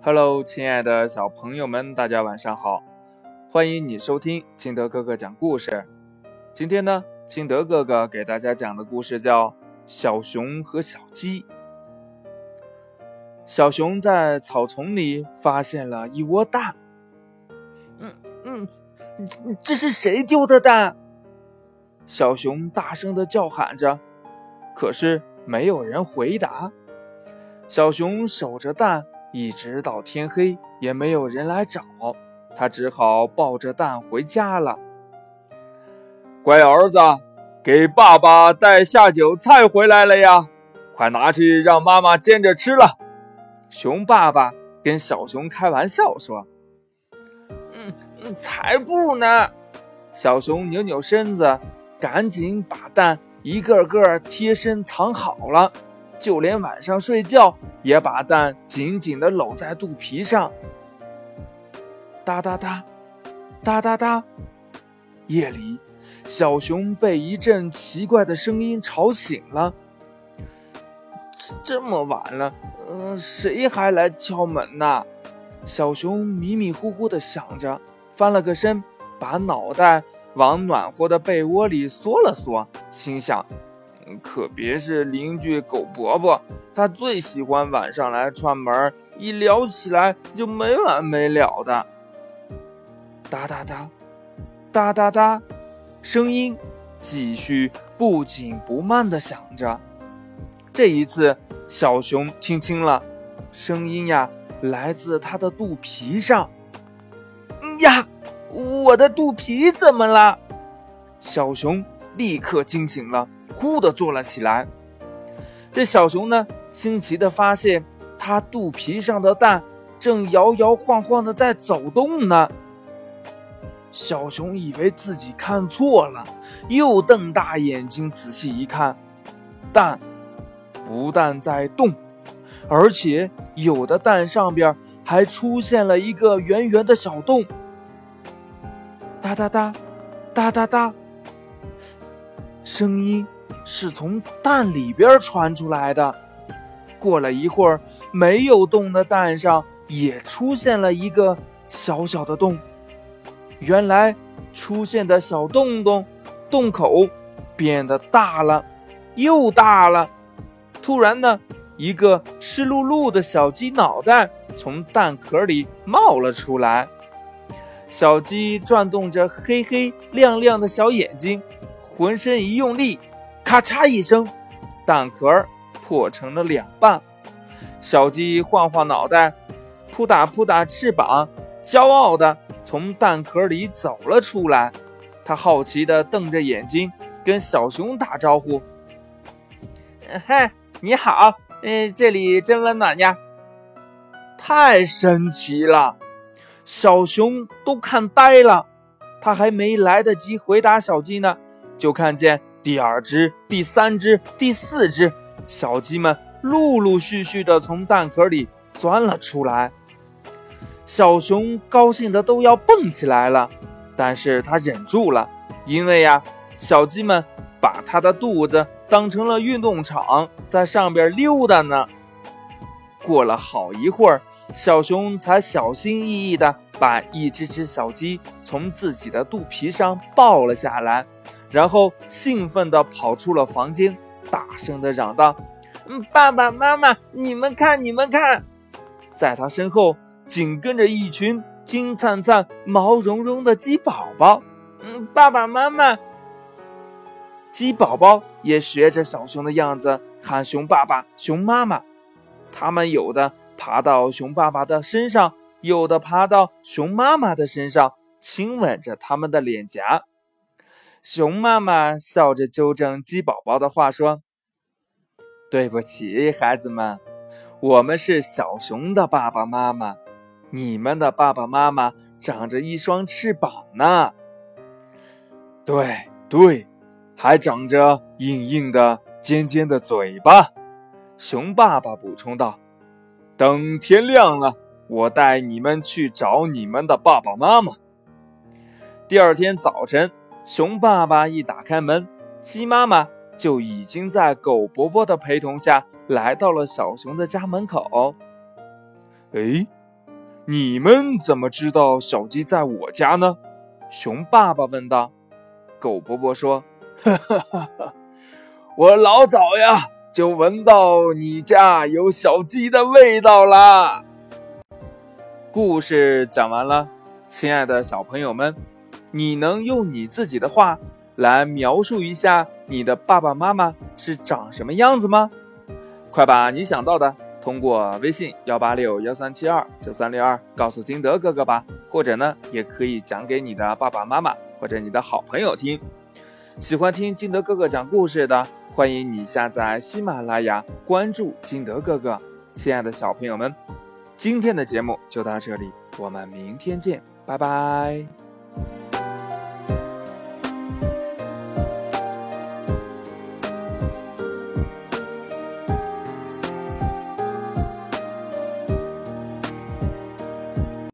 Hello， 亲爱的小朋友们，大家晚上好！欢迎你收听金德哥哥讲故事。今天呢，金德哥哥给大家讲的故事叫《小熊和小鸡》。小熊在草丛里发现了一窝蛋。 这是谁丢的蛋？ 小熊大声地叫喊着，可是没有人回答。小熊守着蛋一直到天黑，也没有人来找，他只好抱着蛋回家了。乖儿子，给爸爸带下酒菜回来了呀，快拿去让妈妈煎着吃了。熊爸爸跟小熊开玩笑说。 才不呢！ 小熊扭扭身子，赶紧把蛋一个个贴身藏好了，就连晚上睡觉也把蛋紧紧地搂在肚皮上。哒哒哒，哒哒哒。夜里，小熊被一阵奇怪的声音吵醒了。这么晚了，谁还来敲门呢？小熊迷迷糊糊地想着，翻了个身，把脑袋往暖和的被窝里缩了缩，心想，可别是邻居狗伯伯，他最喜欢晚上来串门，一聊起来就没完没了的。哒哒哒，哒哒哒，声音继续不紧不慢地响着。这一次，小熊听清了，声音呀，来自他的肚皮上。 呀，我的肚皮怎么了？ 小熊立刻惊醒了，呼地坐了起来。这小熊呢，惊奇地发现他肚皮上的蛋正摇摇晃晃地在走动呢。小熊以为自己看错了，又瞪大眼睛仔细一看，蛋不但在动，而且有的蛋上边还出现了一个圆圆的小洞。哒哒哒，哒哒哒，声音是从蛋里边传出来的。过了一会儿，没有洞的蛋上也出现了一个小小的洞。原来出现的小洞口变得大了，又大了。突然呢，一个湿漉漉的小鸡脑袋从蛋壳里冒了出来。小鸡转动着黑黑亮亮的小眼睛，浑身一用力，咔嚓一声，蛋壳破成了两半。小鸡晃晃脑袋，扑打扑打翅膀，骄傲地从蛋壳里走了出来。它好奇地瞪着眼睛，跟小熊打招呼： 嗨，你好，这里真温暖呀。 太神奇了，小熊都看呆了。他还没来得及回答小鸡呢，就看见第二只、第三只、第四只小鸡们陆陆续续地从蛋壳里钻了出来。小熊高兴得都要蹦起来了，但是他忍住了，因为呀，小鸡们把他的肚子当成了运动场，在上边溜达呢。过了好一会儿，小熊才小心翼翼地把一只小鸡从自己的肚皮上抱了下来，然后兴奋地跑出了房间，大声地嚷道： 爸爸妈妈，你们看，你们看！ 在他身后紧跟着一群金灿灿、毛茸茸的鸡宝宝。 爸爸妈妈！ 鸡宝宝也学着小熊的样子喊熊爸爸、熊妈妈。他们有的爬到熊爸爸的身上，有的爬到熊妈妈的身上，亲吻着他们的脸颊。熊妈妈笑着纠正鸡宝宝的话说：对不起，孩子们，我们是小熊的爸爸妈妈，你们的爸爸妈妈长着一双翅膀呢。对对，还长着硬硬的尖尖的嘴巴。熊爸爸补充道：等天亮了，我带你们去找你们的爸爸妈妈。第二天早晨，熊爸爸一打开门，鸡妈妈就已经在狗伯伯的陪同下来到了小熊的家门口。 你们怎么知道小鸡在我家呢？熊爸爸问道。狗伯伯说，哈哈哈哈，我老早呀就闻到你家有小鸡的味道啦。故事讲完了，亲爱的小朋友们，你能用你自己的话来描述一下你的爸爸妈妈是长什么样子吗？快把你想到的通过微信18613729362告诉金德哥哥吧，或者呢，也可以讲给你的爸爸妈妈或者你的好朋友听。喜欢听金德哥哥讲故事的，欢迎你下载喜马拉雅，关注金德哥哥。亲爱的小朋友们，今天的节目就到这里，我们明天见，拜拜。